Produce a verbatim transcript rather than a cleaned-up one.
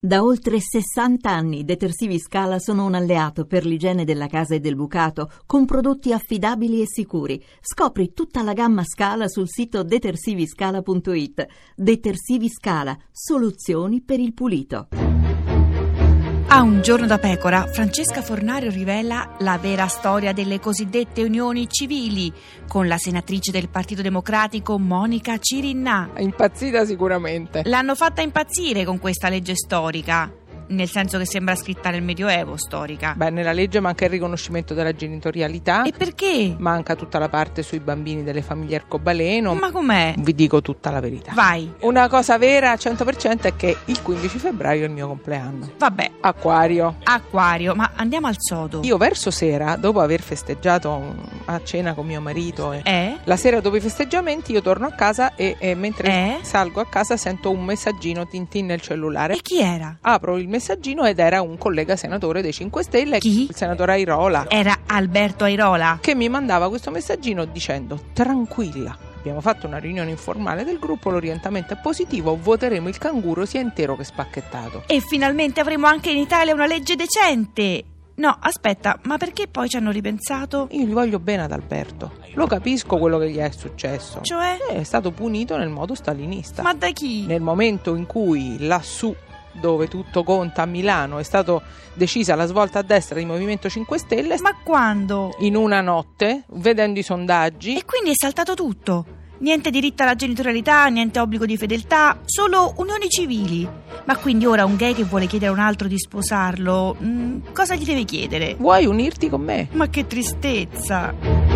Da oltre sessanta anni Detersivi Scala sono un alleato per l'igiene della casa e del bucato, con prodotti affidabili e sicuri. Scopri tutta la gamma Scala sul sito detersiviscala punto it. Detersivi Scala, soluzioni per il pulito. A Un giorno da pecora, Francesca Fornario rivela la vera storia delle cosiddette unioni civili con la senatrice del Partito Democratico Monica Cirinnà. Impazzita sicuramente. L'hanno fatta impazzire con questa legge storica, nel senso che sembra scritta nel Medioevo, storica. Beh, nella legge manca il riconoscimento della genitorialità. E perché? Manca tutta la parte sui bambini delle famiglie arcobaleno. Ma com'è? Vi dico tutta la verità. Vai. Una cosa vera al cento per cento è che il quindici febbraio è il mio compleanno. Vabbè. Acquario. Acquario, ma andiamo al sodo. Io verso sera, dopo aver festeggiato a cena con mio marito, e Eh? la sera dopo i festeggiamenti io torno a casa e, e mentre Eh? salgo a casa sento un messaggino tintin nel cellulare. E chi era? Apro il messaggino ed era un collega senatore dei cinque Stelle, Chi? il senatore Airola, Era Alberto Airola. che mi mandava questo messaggino dicendo: tranquilla, abbiamo fatto una riunione informale del gruppo, l'orientamento è positivo, voteremo il canguro sia intero che spacchettato. E finalmente avremo anche in Italia una legge decente. No, aspetta, ma perché poi ci hanno ripensato? Io gli voglio bene ad Alberto, lo capisco quello che gli è successo. Cioè? È stato punito nel modo stalinista. Ma da chi? Nel momento in cui lassù, dove tutto conta, a Milano, è stato decisa la svolta a destra di Movimento cinque Stelle, Ma quando? in una notte, vedendo i sondaggi, E quindi è saltato tutto. Niente diritto alla genitorialità, niente obbligo di fedeltà, solo unioni civili. Ma quindi ora un gay che vuole chiedere a un altro di sposarlo, mh, cosa gli deve chiedere? vuoi unirti con me? Ma che tristezza.